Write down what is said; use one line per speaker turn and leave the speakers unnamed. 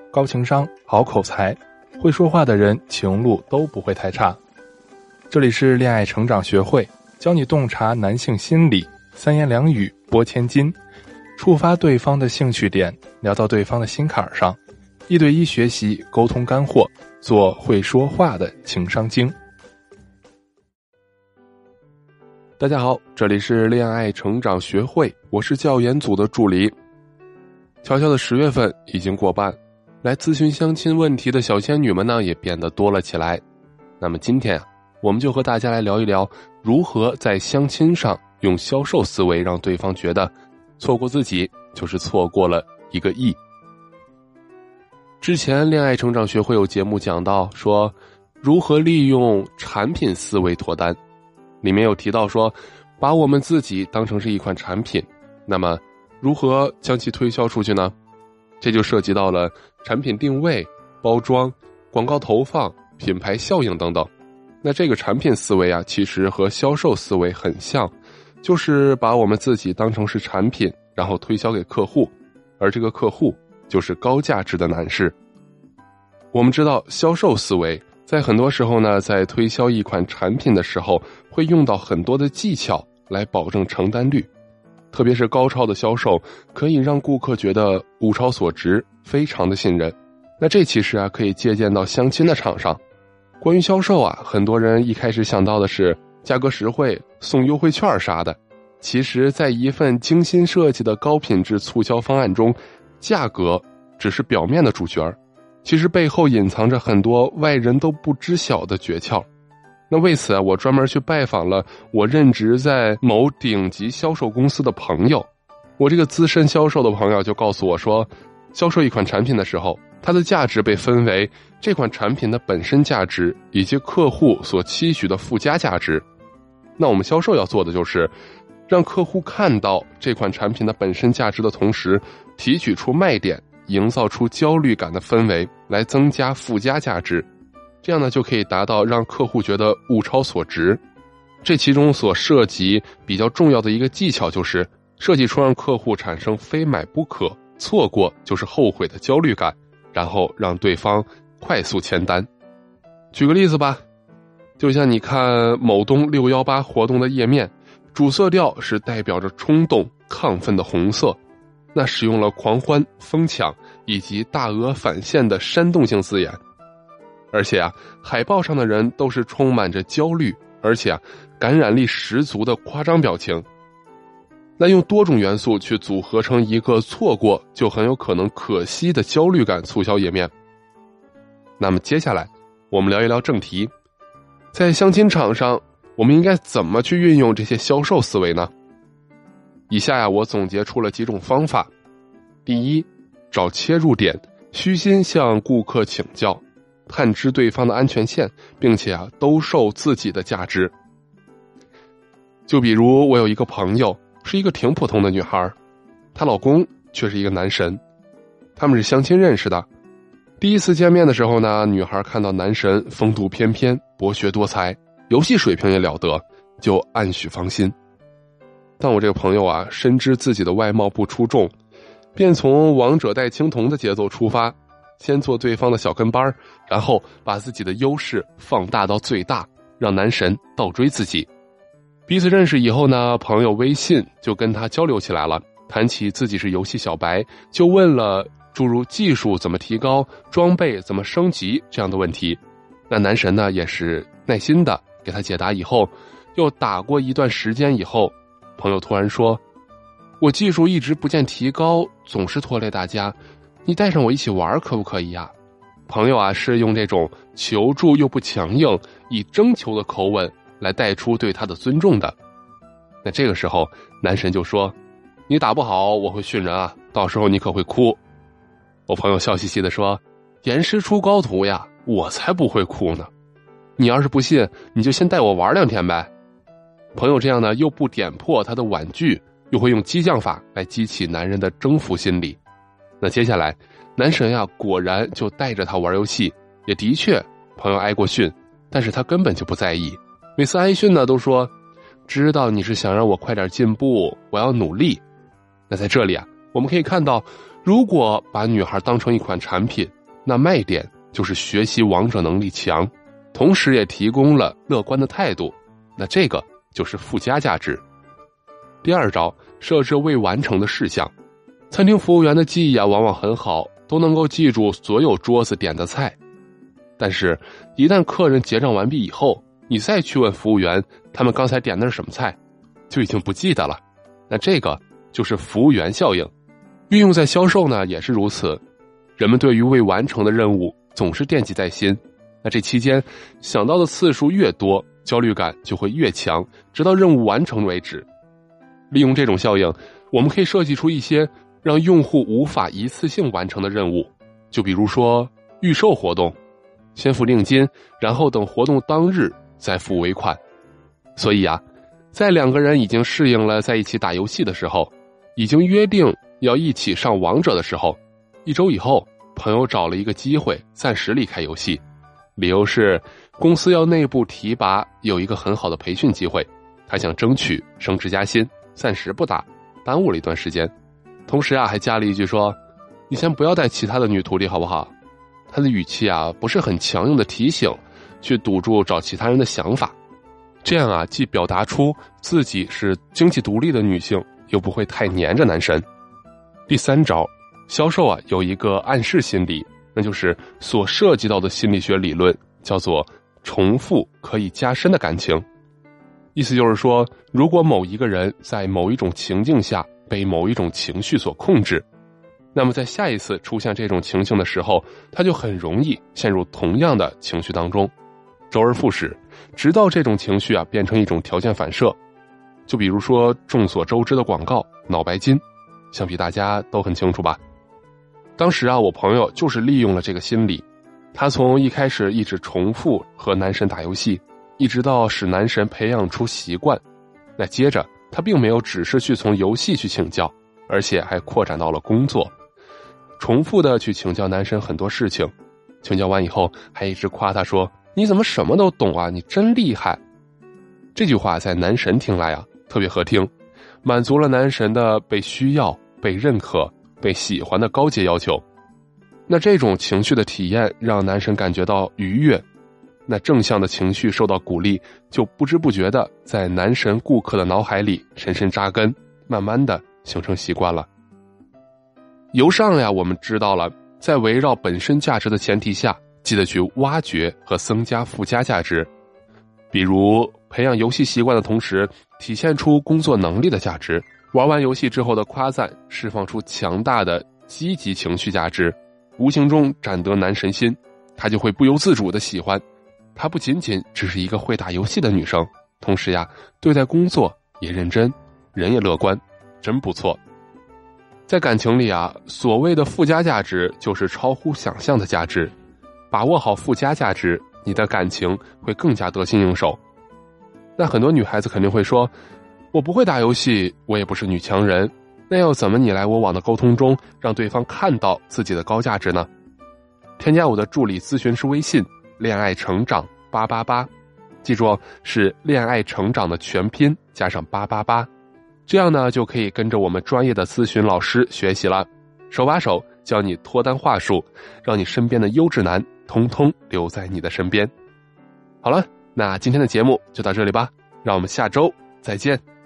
高情商、好口才，会说话的人情路都不会太差。这里是恋爱成长学会，教你洞察男性心理，三言两语拨千斤，触发对方的兴趣点，聊到对方的心坎上，一对一学习沟通干货，做会说话的情商精。
大家好，这里是恋爱成长学会，我是教研组的助理。悄悄的10月份已经过半，来咨询相亲问题的小仙女们呢也变得多了起来。那么今天我们就和大家来聊一聊，如何在相亲上用销售思维让对方觉得错过自己就是错过了1个亿。之前恋爱成长学会有节目讲到说如何利用产品思维脱单，里面有提到说把我们自己当成是一款产品，那么如何将其推销出去呢？这就涉及到了产品定位、包装、广告投放、品牌效应等等。那这个产品思维啊，其实和销售思维很像，就是把我们自己当成是产品，然后推销给客户，而这个客户就是高价值的男士。我们知道销售思维在很多时候呢，在推销一款产品的时候会用到很多的技巧来保证成单率，特别是高超的销售可以让顾客觉得物超所值，非常的信任。那这其实啊可以借鉴到相亲的场上。关于销售啊，很多人一开始想到的是价格实惠、送优惠券啥的，其实在一份精心设计的高品质促销方案中，价格只是表面的主角，其实背后隐藏着很多外人都不知晓的诀窍。那为此啊，我专门去拜访了我任职在某顶级销售公司的朋友。我这个资深销售的朋友就告诉我说，销售一款产品的时候，它的价值被分为这款产品的本身价值以及客户所期许的附加价值。那我们销售要做的就是让客户看到这款产品的本身价值的同时，提取出卖点，营造出焦虑感的氛围，来增加附加价值。这样呢，就可以达到让客户觉得物超所值。这其中所涉及比较重要的一个技巧，就是设计出让客户产生非买不可、错过就是后悔的焦虑感，然后让对方快速签单。举个例子吧，就像你看某东618活动的页面，主色调是代表着冲动、亢奋的红色，那使用了狂欢、疯抢以及大额返现的煽动性字眼。而且啊，海报上的人都是充满着焦虑，而且啊，感染力十足的夸张表情。那用多种元素去组合成一个错过就很有可能可惜的焦虑感促销页面。那么接下来我们聊一聊正题，在相亲场上我们应该怎么去运用这些销售思维呢？以下呀，我总结出了几种方法。第一，找切入点，虚心向顾客请教，探知对方的安全线，并且啊兜售自己的价值。就比如我有一个朋友，是一个挺普通的女孩，她老公却是一个男神。他们是相亲认识的。第一次见面的时候呢，女孩看到男神风度翩翩，博学多才，游戏水平也了得，就暗许芳心。但我这个朋友啊，深知自己的外貌不出众，便从王者带青铜的节奏出发，先做对方的小跟班，然后把自己的优势放大到最大，让男神倒追自己。彼此认识以后呢，朋友微信就跟他交流起来了，谈起自己是游戏小白，就问了诸如技术怎么提高、装备怎么升级这样的问题。那男神呢，也是耐心的给他解答。以后又打过一段时间以后，朋友突然说，我技术一直不见提高，总是拖累大家，你带上我一起玩可不可以呀？朋友啊，是用这种求助又不强硬，以征求的口吻来带出对他的尊重的。那这个时候男神就说，你打不好我会训人啊，到时候你可会哭。我朋友笑嘻嘻地说，严师出高徒呀，我才不会哭呢，你要是不信你就先带我玩2天呗。朋友这样呢，又不点破他的婉拒，又会用激将法来激起男人的征服心理。那接下来男神呀，果然就带着他玩游戏，也的确朋友挨过训，但是他根本就不在意，每次挨训呢都说，知道你是想让我快点进步，我要努力。那在这里啊，我们可以看到，如果把女孩当成一款产品， 那卖点就是学习王者能力强，同时也提供了乐观的态度，那这个就是附加价值。第二招，设置未完成的事项。餐厅服务员的记忆往往很好，都能够记住所有桌子点的菜，但是一旦客人结账完毕以后，你再去问服务员他们刚才点的是什么菜，就已经不记得了。那这个就是服务员效应，运用在销售呢也是如此。人们对于未完成的任务总是惦记在心，那这期间想到的次数越多，焦虑感就会越强，直到任务完成为止。利用这种效应，我们可以设计出一些让用户无法一次性完成的任务，就比如说预售活动，先付定金，然后等活动当日再付尾款。所以在两个人已经适应了在一起打游戏的时候，已经约定要一起上王者的时候，1周以后，朋友找了一个机会暂时离开游戏，理由是公司要内部提拔，有一个很好的培训机会，他想争取升职加薪，暂时不打，耽误了一段时间。同时还加了一句说，你先不要带其他的女徒弟好不好？他的语气不是很强硬的提醒，去堵住找其他人的想法。这样既表达出自己是经济独立的女性，又不会太黏着男神。第三招，销售有一个暗示心理，那就是所涉及到的心理学理论，叫做重复可以加深的感情。意思就是说，如果某一个人在某一种情境下被某一种情绪所控制，那么在下一次出现这种情形的时候，他就很容易陷入同样的情绪当中，周而复始，直到这种情绪变成一种条件反射。就比如说众所周知的广告脑白金，想必大家都很清楚吧。当时我朋友就是利用了这个心理，他从一开始一直重复和男神打游戏，一直到使男神培养出习惯。那接着他并没有只是去从游戏去请教，而且还扩展到了工作，重复的去请教男神很多事情，请教完以后还一直夸他说，你怎么什么都懂你真厉害。这句话在男神听来特别合听，满足了男神的被需要、被认可、被喜欢的高阶要求。那这种情绪的体验让男神感觉到愉悦，那正向的情绪受到鼓励，就不知不觉的在男神顾客的脑海里深深扎根，慢慢的形成习惯了。由上我们知道了，在围绕本身价值的前提下，记得去挖掘和增加附加价值，比如培养游戏习惯的同时体现出工作能力的价值，玩完游戏之后的夸赞释放出强大的积极情绪价值，无形中占得男神心，他就会不由自主的喜欢。她不仅仅只是一个会打游戏的女生，同时对待工作也认真，人也乐观，真不错。在感情里所谓的附加价值就是超乎想象的价值，把握好附加价值，你的感情会更加得心应手。那很多女孩子肯定会说，我不会打游戏，我也不是女强人，那要怎么你来我往的沟通中让对方看到自己的高价值呢？添加我的助理咨询师微信恋爱成长888，记住是恋爱成长的全拼加上888，这样呢就可以跟着我们专业的咨询老师学习了，手把手教你脱单话术，让你身边的优质男通通留在你的身边。好了，那今天的节目就到这里吧，让我们下周再见。